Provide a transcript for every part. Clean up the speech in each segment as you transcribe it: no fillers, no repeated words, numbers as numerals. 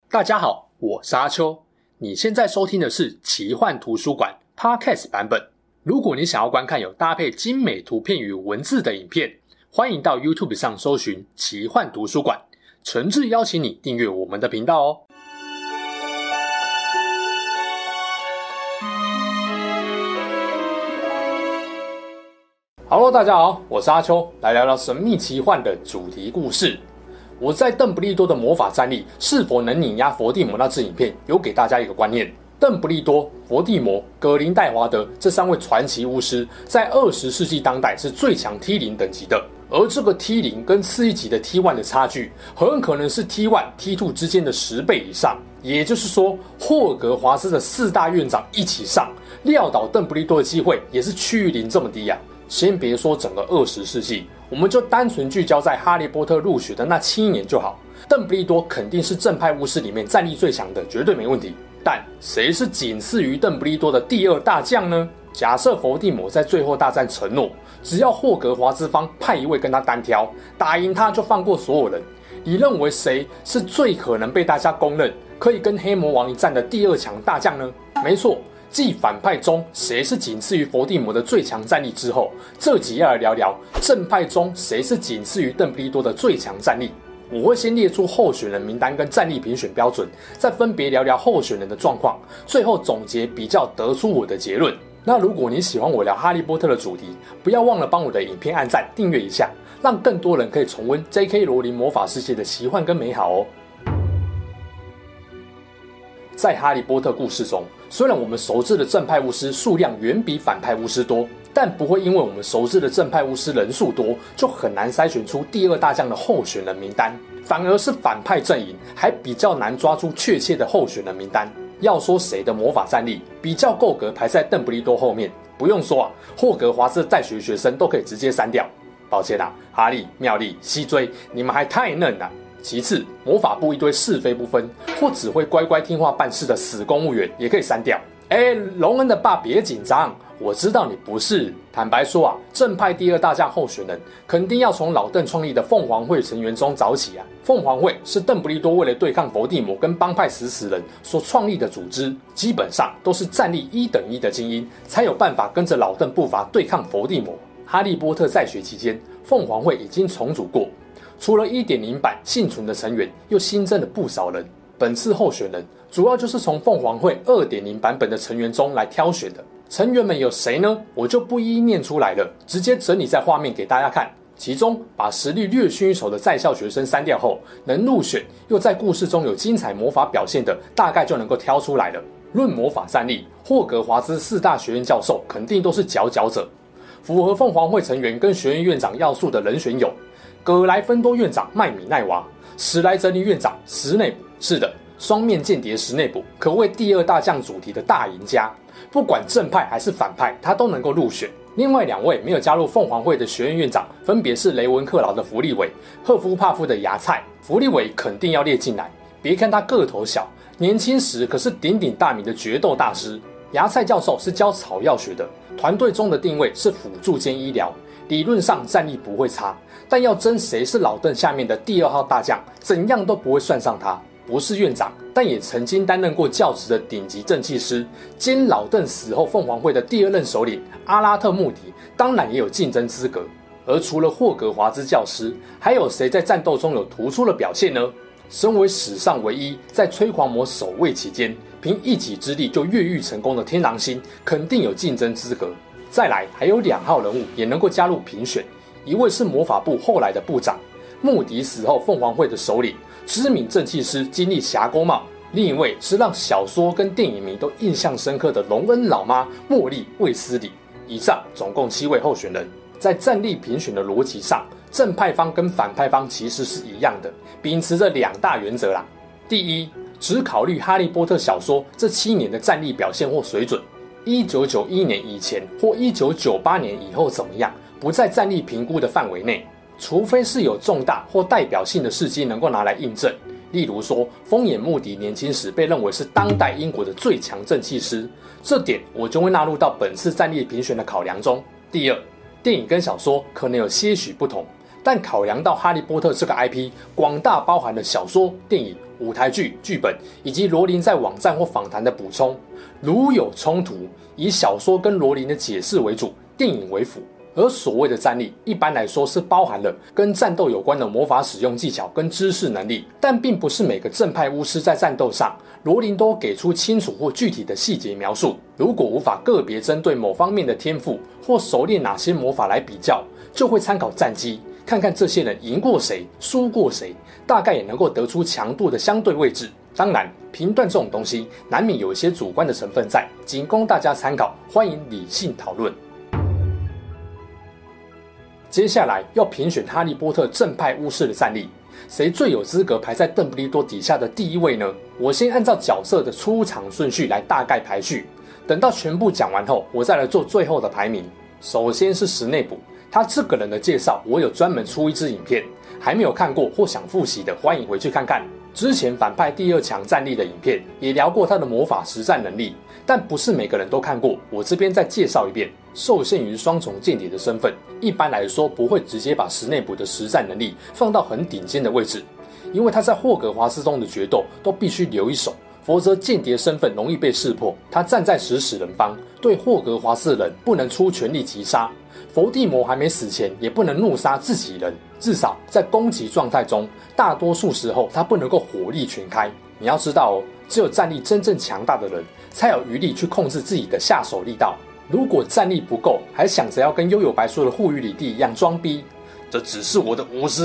大家好，我是阿秋。你现在收听的是奇幻图书馆 Podcast 版本。如果你想要观看有搭配精美图片与文字的影片，欢迎到 YouTube 上搜寻奇幻图书馆，诚挚邀请你订阅我们的频道哦。Hello， 大家好，我是阿秋，来聊聊神秘奇幻的主题故事。我在邓布利多的魔法战力是否能碾压伏地魔那支影片，有给大家一个观念：邓布利多、伏地魔、格林戴华德这三位传奇巫师，在20世纪当代是最强 T0 等级的。而这个 T0 跟次一级的 T1 的差距，很可能是 T1、T2 之间的10倍以上。也就是说，霍格华兹的4大院长一起上，撂倒邓布利多的机会也是趋于零这么低啊。先别说整个20世纪，我们就单纯聚焦在哈利波特入学的那7年就好。邓布利多肯定是正派巫师里面战力最强的，绝对没问题。但谁是仅次于邓布利多的第二大将呢？假设伏地魔在最后大战承诺，只要霍格华兹方派一位跟他单挑，打赢他就放过所有人。你认为谁是最可能被大家公认可以跟黑魔王一战的第二强大将呢？没错，继反派中谁是仅次于伏地魔的最强战力之后，这集要来聊聊正派中谁是仅次于邓布利多的最强战力。我会先列出候选人名单跟战力评选标准，再分别聊聊候选人的状况，最后总结比较得出我的结论。那如果你喜欢我聊哈利波特的主题，不要忘了帮我的影片按赞订阅一下，让更多人可以重温 J.K. 罗琳魔法世界的奇幻跟美好哦。在哈利波特故事中，虽然我们熟知的正派巫师数量远比反派巫师多，但不会因为我们熟知的正派巫师人数多，就很难筛选出第二大将的候选人名单，反而是反派阵营还比较难抓出确切的候选人名单。要说谁的魔法战力比较够格排在邓布利多后面，不用说啊，霍格华兹的在学学生都可以直接删掉。抱歉啊，哈利、妙丽、西追，你们还太嫩了。其次，魔法部一堆是非不分或只会乖乖听话办事的死公务员也可以删掉。隆恩的爸别紧张，我知道你不是。坦白说啊，正派第二大将候选人肯定要从老邓创立的凤凰会成员中找起啊。凤凰会是邓布利多为了对抗伏地魔跟帮派死人所创立的组织，基本上都是战力1等1的精英，才有办法跟着老邓步伐对抗伏地魔。哈利波特在学期间，凤凰会已经重组过，除了 1.0 版幸存的成员，又新增了不少人。本次候选人主要就是从凤凰会 2.0 版本的成员中来挑选的。成员们有谁呢？我就不一一念出来了，直接整理在画面给大家看。其中把实力略逊一筹的在校学生删掉后，能入选又在故事中有精彩魔法表现的，大概就能够挑出来了。论魔法战力，霍格华兹4大学院教授肯定都是佼佼者。符合凤凰会成员跟学院院长要素的人选有葛莱芬多院长麦米奈娃、史莱哲林院长史内普。是的，双面间谍史内普可谓第二大将主题的大赢家，不管正派还是反派，他都能够入选。另外2位没有加入凤凰会的学院院长，分别是雷文克劳的弗利韦、赫夫帕夫的芽菜。弗利韦肯定要列进来，别看他个头小，年轻时可是鼎鼎大名的决斗大师。芽菜教授是教草药学的，团队中的定位是辅助兼医疗，理论上战力不会差，但要争谁是老邓下面的第2号大将，怎样都不会算上他。不是院长，但也曾经担任过教职的顶级正气师，兼老邓死后凤凰会的第2任首领阿拉特穆迪，当然也有竞争资格。而除了霍格华兹教师，还有谁在战斗中有突出的表现呢？身为史上唯一在催狂魔守卫期间凭一己之力就越狱成功的天狼星，肯定有竞争资格。再来还有2号人物也能够加入评选，一位是魔法部后来的部长，穆迪死后凤凰会的首领，知名正气师经历峡沟帽。另一位是让小说跟电影迷都印象深刻的隆恩老妈茉莉卫斯理。以上总共7位候选人，在战力评选的逻辑上，正派方跟反派方其实是一样的，秉持着2大原则啦。第一，只考虑哈利波特小说这7年的战力表现或水准，1991年以前或1998年以后怎么样，不在战力评估的范围内，除非是有重大或代表性的事迹能够拿来印证。例如说，疯眼穆迪年轻时被认为是当代英国的最强正气师，这点我就会纳入到本次战力评选的考量中。第二，电影跟小说可能有些许不同， 但考量到哈利波特这个 IP 广大包含了小说、电影、舞台剧、剧本，以及罗琳在网站或访谈的补充，如有冲突，以小说跟罗琳的解释为主，电影为辅。而所谓的战力，一般来说是包含了跟战斗有关的魔法使用技巧跟知识能力，但并不是每个正派巫师在战斗上，罗琳都给出清楚或具体的细节描述。如果无法个别针对某方面的天赋或熟练哪些魔法来比较，就会参考战绩，看看这些人赢过谁，输过谁，大概也能够得出强度的相对位置。当然，评断这种东西难免有一些主观的成分在，仅供大家参考，欢迎理性讨论。接下来要评选哈利波特正派巫师的战力，谁最有资格排在邓布利多底下的第一位呢？我先按照角色的出场顺序来大概排序，等到全部讲完后，我再来做最后的排名。首先是史内普，他这个人的介绍我有专门出一支影片，还没有看过或想复习的，欢迎回去看看。之前反派第2强战力的影片也聊过他的魔法实战能力，但不是每个人都看过，我这边再介绍一遍。受限于双重间谍的身份，一般来说不会直接把史内普的实战能力放到很顶尖的位置，因为他在霍格华兹中的决斗都必须留一手，否则间谍身份容易被识破。他站在食死人方，对霍格华兹人不能出全力击杀，伏地魔还没死前也不能怒杀自己人，至少在攻击状态中，大多数时候他不能够火力全开。你要知道哦，只有战力真正强大的人才有余力去控制自己的下手力道。如果战力不够，还想着要跟幽游白书的护宇里地一样装逼，这只是我的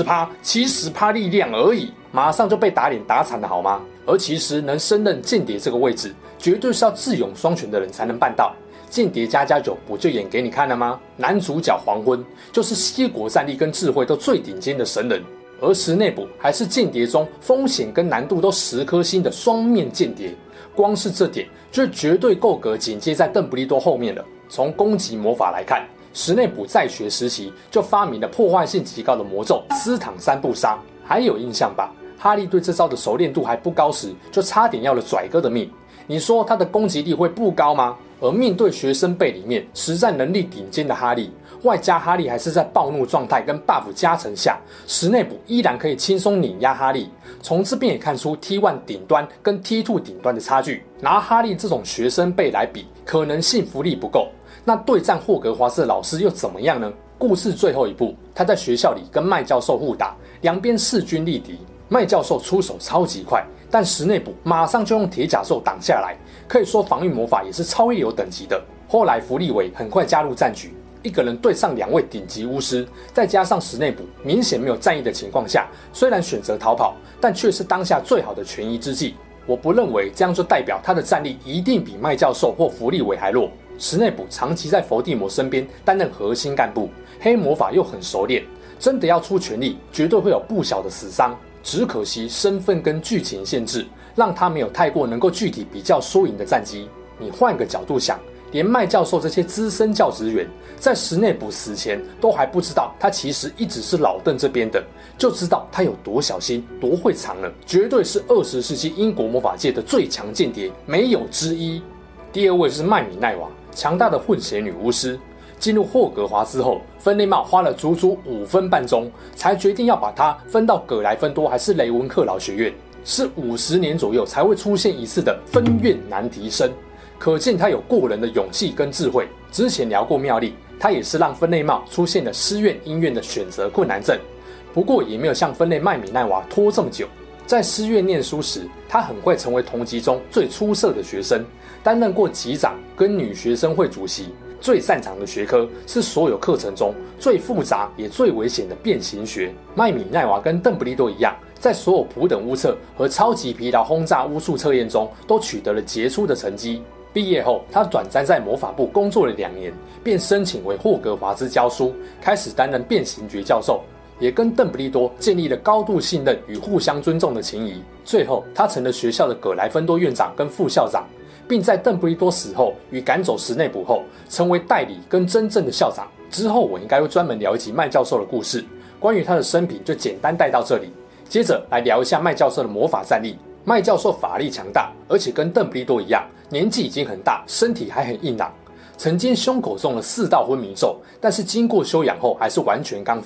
50%、70%力量而已，马上就被打脸打惨了好吗？而其实能升任间谍这个位置，绝对是要智勇双全的人才能办到。间谍++9不就演给你看了吗？男主角黄昏就是西国战力跟智慧都最顶尖的神人，而史内普还是间谍中风险跟难度都10颗星的双面间谍，光是这点就绝对够格紧接在邓布利多后面了。从攻击魔法来看，史内普在学时期就发明了破坏性极高的魔咒斯坦3不杀，还有印象吧？哈利对这招的熟练度还不高时，就差点要了拽哥的命。你说他的攻击力会不高吗？而面对学生辈里面实战能力顶尖的哈利，外加哈利还是在暴怒状态跟 buff 加成下，史内普依然可以轻松碾压哈利。从这边也看出 T1 顶端跟 T2 顶端的差距。拿哈利这种学生辈来比，可能信服力不够。那对战霍格华兹的老师又怎么样呢？故事最后一步，他在学校里跟麦教授互打，两边势均力敌。麦教授出手超级快，但史内普马上就用铁甲兽挡下来，可以说防御魔法也是超一流等级的。后来弗利维很快加入战局，一个人对上2位顶级巫师，再加上史内普明显没有战意的情况下，虽然选择逃跑，但却是当下最好的权宜之计。我不认为这样就代表他的战力一定比麦教授或弗利维还弱。史内普长期在伏地魔身边担任核心干部，黑魔法又很熟练，真的要出全力，绝对会有不小的死伤。只可惜身份跟剧情限制，让他没有太过能够具体比较输赢的战绩。你换个角度想，连麦教授这些资深教职员，在史内普死前都还不知道他其实一直是老邓这边的，就知道他有多小心、多会藏了，绝对是20世纪英国魔法界的最强间谍，没有之一。第2位是麦米奈娃，强大的混血女巫师。进入霍格华兹后，分内帽花了足足5分半钟，才决定要把它分到葛莱芬多还是雷文克劳学院，是50年左右才会出现一次的分院难题生，可见他有过人的勇气跟智慧。之前聊过妙丽，他也是让分内帽出现了师院医院的选择困难症，不过也没有像分内麦米奈娃拖这么久。在师院念书时，他很快成为同级中最出色的学生，担任过级长跟女学生会主席。最擅长的学科是所有课程中最复杂也最危险的变形学。麦米奈娃跟邓布利多一样，在所有普等巫测和超级疲劳轰炸巫术测验中都取得了杰出的成绩。毕业后，他短暂在魔法部工作了2年，便申请为霍格华兹教书，开始担任变形学教授，也跟邓布利多建立了高度信任与互相尊重的情谊。最后，他成了学校的葛莱芬多院长跟副校长，并在邓布利多死后与赶走史内普后，成为代理跟真正的校长。之后我应该会专门聊一集麦教授的故事，关于他的生平就简单带到这里。接着来聊一下麦教授的魔法战力。麦教授法力强大，而且跟邓布利多一样，年纪已经很大，身体还很硬朗。曾经胸口中了4道昏迷咒，但是经过休养后还是完全康复。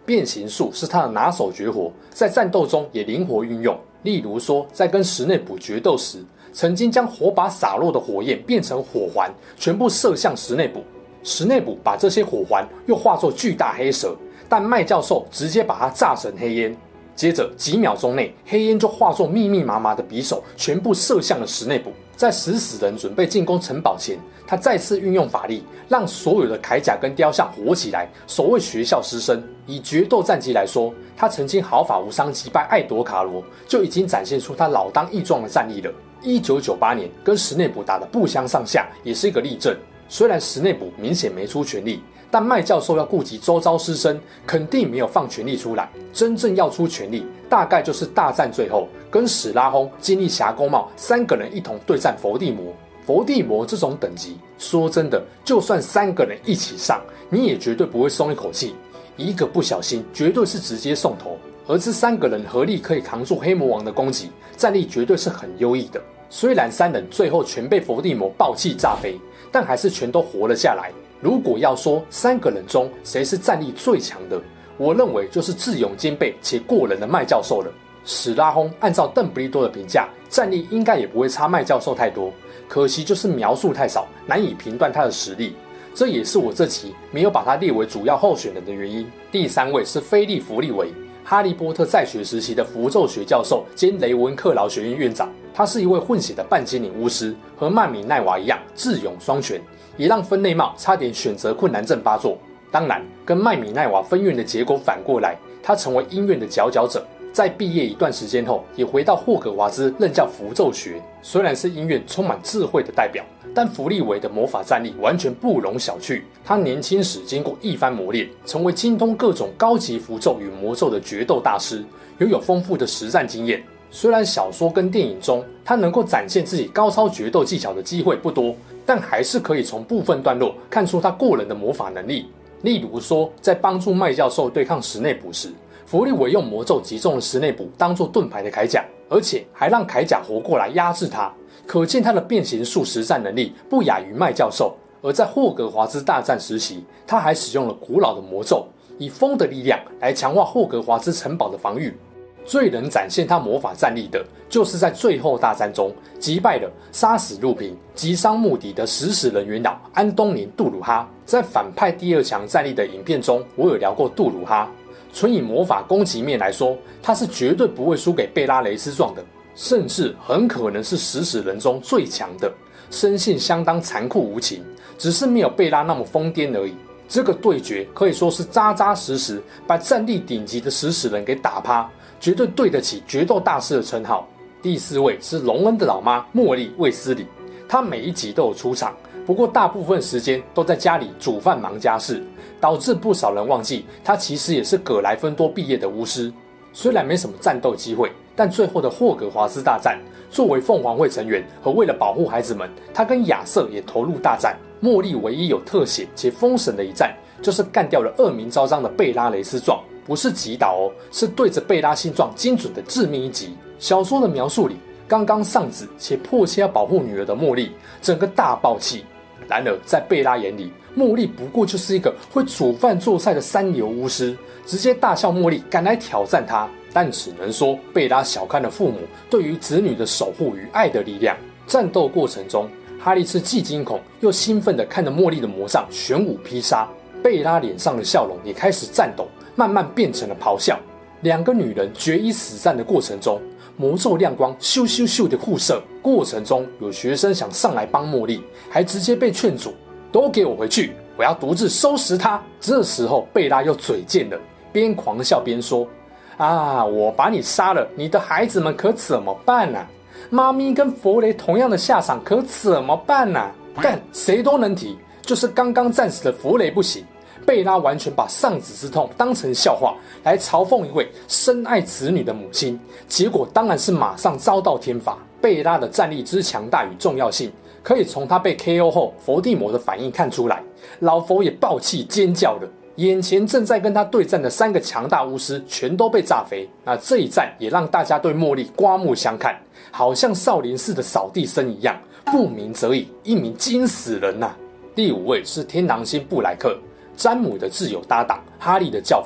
变形术是他的拿手绝活，在战斗中也灵活运用。例如说，在跟史内普决斗时，曾经将火把洒落的火焰变成火环，全部射向史内普。史内普把这些火环又化作巨大黑蛇，但麦教授直接把它炸成黑烟。接着几秒钟内，黑烟就化作密密麻麻的匕首，全部射向了史内普。在食死人准备进攻城堡前，他再次运用法力，让所有的铠甲跟雕像活起来，守卫学校师生。以决斗战绩来说，他曾经毫发无伤击败艾朵卡罗，就已经展现出他老当益壮的战力了。1998年跟史内普打得不相上下，也是一个例证。虽然史内普明显没出全力，但麦教授要顾及周遭师生，肯定没有放全力出来。真正要出全力，大概就是大战最后跟史拉轰、金利霞公帽3个人一同对战伏地魔。伏地魔这种等级，说真的，就算3个人一起上，你也绝对不会松一口气，一个不小心绝对是直接送头。而这3个人合力可以扛住黑魔王的攻击，战力绝对是很优异的。虽然3人最后全被伏地魔爆气炸飞，但还是全都活了下来。如果要说3个人中谁是战力最强的，我认为就是智勇兼备且过人的麦教授了。史拉轰按照邓布利多的评价，战力应该也不会差麦教授太多，可惜就是描述太少，难以评断他的实力。这也是我这期没有把他列为主要候选人的原因。第3位是菲利·弗利维，哈利波特在学时期的符咒学教授兼雷文克劳学院院长。他是一位混血的半精灵巫师，和曼米奈娃一样智勇双全，也让分内帽差点选择困难症发作。当然，跟麦米奈娃分院的结果反过来，他成为鹰院的佼佼者。在毕业一段时间后，也回到霍格华兹任教符咒学。虽然是鹰院充满智慧的代表，但弗利维的魔法战力完全不容小觑。他年轻时经过一番磨练，成为精通各种高级符咒与魔咒的决斗大师，拥有丰富的实战经验。虽然小说跟电影中他能够展现自己高超决斗技巧的机会不多，但还是可以从部分段落看出他过人的魔法能力。例如说，在帮助麦教授对抗史内普时，弗利维用魔咒击中了史内普当作盾牌的铠甲，而且还让铠甲活过来压制他，可见他的变形术实战能力不亚于麦教授。而在霍格华兹大战时期，他还使用了古老的魔咒，以风的力量来强化霍格华兹城堡的防御。最能展现他魔法战力的，就是在最后大战中击败了杀死路平、击伤穆迪的食死人元老安东尼·杜鲁哈。在反派第2强战力的影片中，我有聊过杜鲁哈。纯以魔法攻击面来说，他是绝对不会输给贝拉雷斯壮的，甚至很可能是食死人中最强的。生性相当残酷无情，只是没有贝拉那么疯癫而已。这个对决可以说是扎扎实实把战力顶级的食死人给打趴，绝对对得起决斗大师的称号。第4位是隆恩的老妈茉莉·卫斯理，她每一集都有出场，不过大部分时间都在家里煮饭忙家事，导致不少人忘记她其实也是葛莱芬多毕业的巫师。虽然没什么战斗机会，但最后的霍格华兹大战，作为凤凰会成员和为了保护孩子们，她跟亚瑟也投入大战。茉莉唯一有特写且封神的一战，就是干掉了恶名昭彰的贝拉雷斯壮，不是击倒哦，是对着贝拉心脏精准的致命一击。小说的描述里，刚刚丧子且迫切要保护女儿的茉莉，整个大爆气。然而在贝拉眼里，茉莉不过就是一个会煮饭做菜的三流巫师，直接大笑茉莉敢来挑战他。但只能说贝拉小看了父母对于子女的守护与爱的力量。战斗过程中，哈利是既惊恐又兴奋地看着茉莉的魔杖玄武劈杀，贝拉脸上的笑容也开始颤抖，慢慢变成了咆哮。2个女人决一死战的过程中，魔咒亮光咻咻咻的互射，过程中有学生想上来帮茉莉，还直接被劝阻，都给我回去，我要独自收拾她。这时候贝拉又嘴贱了，边狂笑边说：啊，我把你杀了，你的孩子们可怎么办啊？妈咪跟弗雷同样的下场可怎么办啊？但谁都能提，就是刚刚战死的弗雷不行。贝拉完全把丧子之痛当成笑话来嘲讽一位深爱子女的母亲，结果当然是马上遭到天罚。贝拉的战力之强大与重要性，可以从他被 KO 后伏地魔的反应看出来。老佛也爆气尖叫了，眼前正在跟他对战的3个强大巫师全都被炸飞。那这一战也让大家对茉莉刮目相看，好像少林寺的扫地僧一样，不鸣则已，一鸣惊死人啊。第5位是天狼星布莱克，詹姆的挚友搭档，哈利的教父，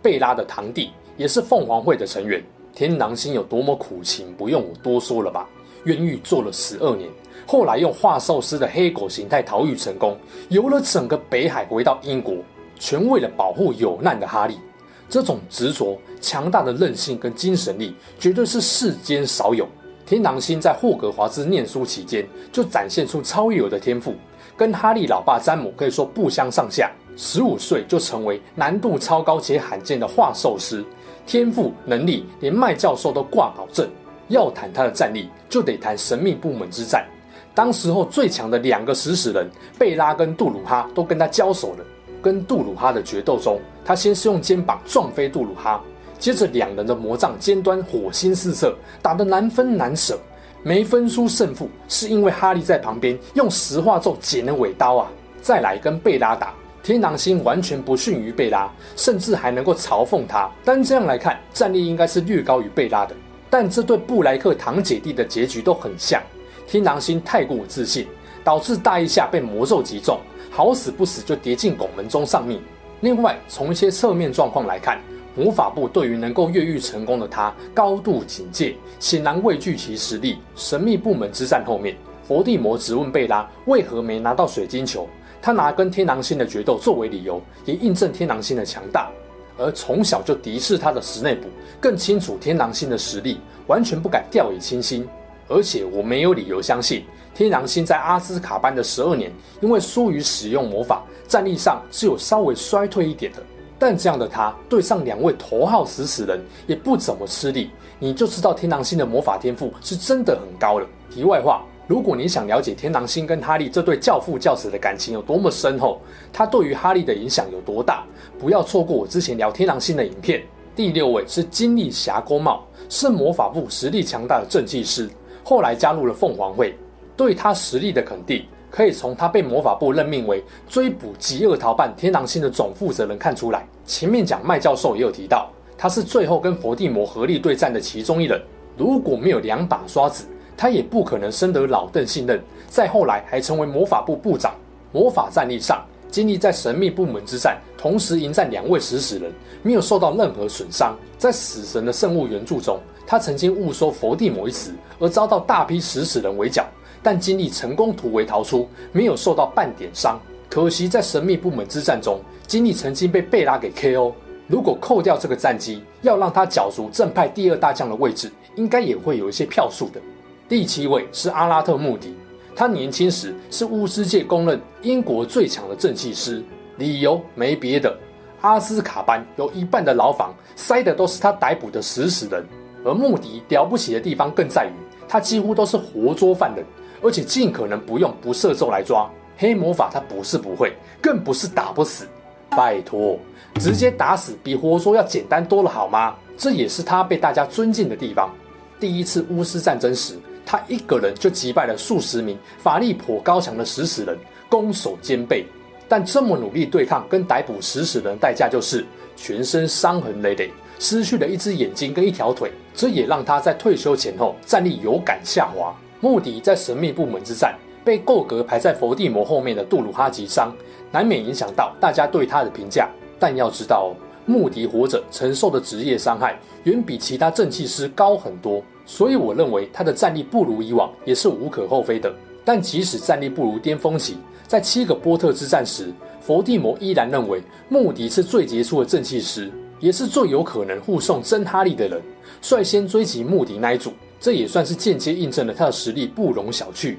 贝拉的堂弟，也是凤凰会的成员。天狼星有多么苦情，不用我多说了吧？冤狱做了12年，后来用化兽师的黑狗形态逃狱成功，游了整个北海回到英国，全为了保护有难的哈利。这种执着、强大的韧性跟精神力，绝对是世间少有。天狼星在霍格华兹念书期间，就展现出超有的天赋，跟哈利老爸詹姆可以说不相上下。15岁就成为难度超高且罕见的化兽师，天赋能力连麦教授都挂保证。要谈他的战力，就得谈神秘部门之战。当时候最强的2个食死人贝拉跟杜鲁哈都跟他交手了。跟杜鲁哈的决斗中，他先是用肩膀撞飞杜鲁哈，接着2人的魔杖尖端火星四射，打得难分难舍。没分出胜负，是因为哈利在旁边用石化咒剪了尾刀啊。再来跟贝拉打，天狼星完全不逊于贝拉，甚至还能够嘲讽他。单这样来看，战力应该是略高于贝拉的。但这对布莱克堂姐弟的结局都很像，天狼星太过自信，导致大一下被魔咒击中，好死不死就跌进拱门中丧命。另外，从一些侧面状况来看，魔法部对于能够越狱成功的他高度警戒，显然畏惧其实力。神秘部门之战后面，伏地魔质问贝拉为何没拿到水晶球，他拿跟天狼星的决斗作为理由，也印证天狼星的强大。而从小就敌视他的史内普更清楚天狼星的实力，完全不敢掉以轻心。而且我没有理由相信天狼星在阿兹卡班的12年，因为疏于使用魔法，战力上是有稍微衰退一点的。但这样的他对上2位头号食死人也不怎么吃力，你就知道天狼星的魔法天赋是真的很高了。题外话，如果你想了解天狼星跟哈利这对教父教子的感情有多么深厚，他对于哈利的影响有多大，不要错过我之前聊天狼星的影片。第6位是金利霞沟茂，是魔法部实力强大的正气师，后来加入了凤凰会。对他实力的肯定，可以从他被魔法部任命为追捕极恶逃犯天狼星的总负责人看出来。前面讲麦教授也有提到，他是最后跟伏地魔合力对战的其中一人。如果没有2把刷子，他也不可能深得老邓信任，再后来还成为魔法部部长。魔法战力上，金利在神秘部门之战同时迎战2位食死人，没有受到任何损伤。在死神的圣物原著中，他曾经误说伏地魔一词，而遭到大批食死人围剿，但金利成功突围逃出，没有受到半点伤。可惜在神秘部门之战中，金利曾经被贝拉给 KO。如果扣掉这个战绩，要让他角逐正派第2大将的位置，应该也会有一些票数的。第7位是阿拉特穆迪，他年轻时是巫师界公认英国最强的正气师，理由没别的，阿兹卡班有1半的牢房塞的都是他逮捕的食死人。而穆迪了不起的地方更在于，他几乎都是活捉犯人，而且尽可能不用不赦咒来抓。黑魔法他不是不会，更不是打不死，拜托，直接打死比活捉要简单多了好吗？这也是他被大家尊敬的地方。第1次巫师战争时，他一个人就击败了数十名法力颇高强的食死人，攻守兼备。但这么努力对抗跟逮捕食死人的代价就是全身伤痕累累，失去了1只眼睛跟1条腿，这也让他在退休前后战力有感下滑。穆迪在神秘部门之战被够格排在伏地魔后面的杜鲁哈击伤，难免影响到大家对他的评价。但要知道穆迪活着承受的职业伤害远比其他正气师高很多，所以我认为他的战力不如以往也是无可厚非的。但即使战力不如巅峰期，在7个波特之战时，伏地魔依然认为穆迪是最杰出的正气师，也是最有可能护送真哈利的人，率先追击穆迪那一组，这也算是间接印证了他的实力不容小觑。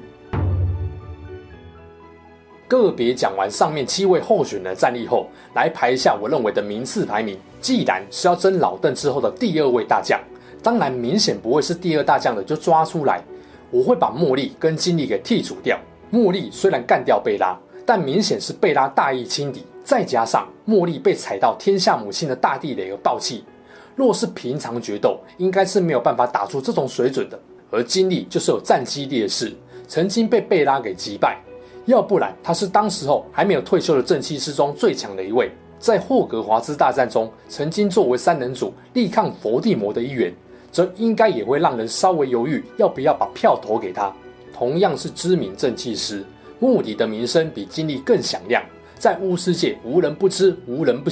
个别讲完上面7位候选人的战力后，来排一下我认为的名次排名。既然是要争老邓之后的第2位大将，当然明显不会是第2大将的就抓出来，我会把茉莉跟金利给剔除掉。茉莉虽然干掉贝拉，但明显是贝拉大意轻敌，再加上茉莉被踩到天下母亲的大地雷而爆气，若是平常决斗，应该是没有办法打出这种水准的。而金利就是有战绩劣势，曾经被贝拉给击败，要不然他是当时候还没有退休的正气师中最强的一位，在霍格华兹大战中曾经作为3人组力抗伏地魔的一员，则应该也会让人稍微犹豫要不要把票投给他。同样是知名正气师，穆迪的名声比金利更响亮，在巫师界无人不知无人不晓。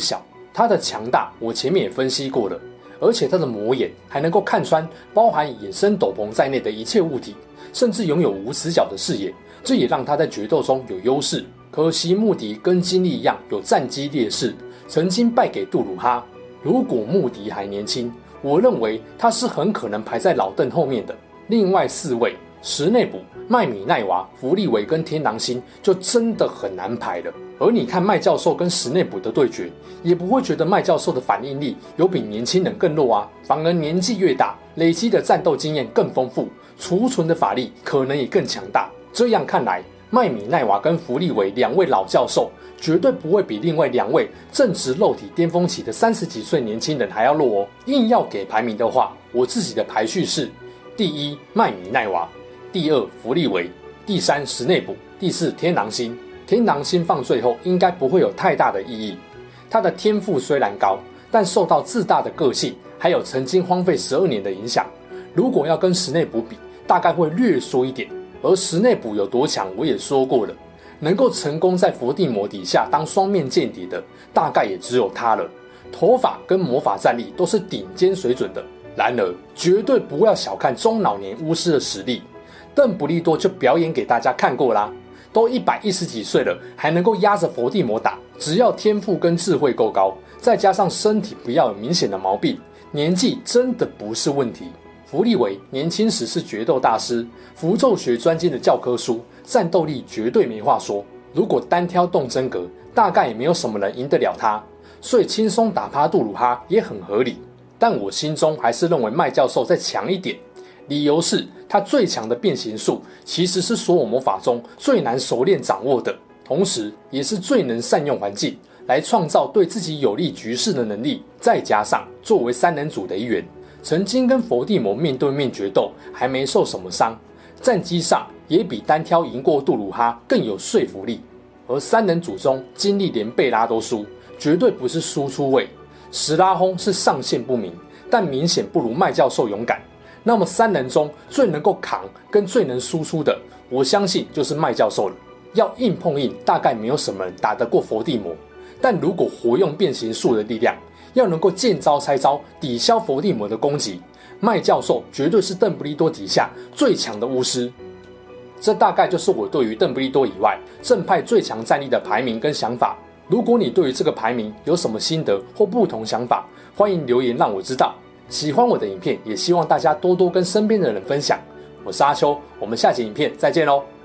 它的强大我前面也分析过了，而且它的魔眼还能够看穿包含衍生斗篷在内的一切物体，甚至拥有无死角的视野，这也让它在决斗中有优势。可惜穆迪跟金利一样有战机劣势，曾经败给杜鲁哈。如果穆迪还年轻，我认为他是很可能排在老邓后面的。另外4位史内卜、麦米奈娃、弗利维跟天狼星就真的很难排了。而你看麦教授跟史内卜的对决，也不会觉得麦教授的反应力有比年轻人更弱啊，反而年纪越大，累积的战斗经验更丰富，储存的法力可能也更强大。这样看来，麦米奈娃跟弗利维2位老教授绝对不会比另外2位正值肉体巅峰期的30几岁年轻人还要弱哦。硬要给排名的话，我自己的排序是：第1麦米奈娃，第2弗利维，第3史内卜，第4天狼星。天狼星放最后应该不会有太大的意义。他的天赋虽然高，但受到自大的个性还有曾经荒废12年的影响，如果要跟史内卜比，大概会略缩一点。而史内卜有多强我也说过了，能够成功在伏地魔底下当双面间谍的大概也只有他了，头发跟魔法战力都是顶尖水准的。然而绝对不要小看中老年巫师的实力，邓布利多就表演给大家看过啦，都110几岁了，还能够压着伏地魔打，只要天赋跟智慧够高，再加上身体不要有明显的毛病，年纪真的不是问题。弗利维年轻时是决斗大师，符咒学专精的教科书，战斗力绝对没话说。如果单挑动真格，大概也没有什么人赢得了他，所以轻松打趴杜鲁哈也很合理。但我心中还是认为麦教授再强一点，理由是他最强的变形术其实是所有魔法中最难熟练掌握的，同时也是最能善用环境来创造对自己有利局势的能力。再加上作为3人组的一员，曾经跟伏地魔面对面决斗，还没受什么伤，战绩上也比单挑赢过杜鲁哈更有说服力。而3人组中，金利连贝拉都输，绝对不是输出位。史拉轰是上限不明，但明显不如麦教授勇敢。那么3人中最能够扛跟最能输出的，我相信就是麦教授了。要硬碰硬，大概没有什么人打得过伏地魔，但如果活用变形术的力量，要能够见招拆招，抵消伏地魔的攻击，麦教授绝对是邓布利多底下最强的巫师。这大概就是我对于邓布利多以外正派最强战力的排名跟想法。如果你对于这个排名有什么心得或不同想法，欢迎留言让我知道。喜欢我的影片，也希望大家多多跟身边的人分享。我是阿秋，我们下期影片再见咯。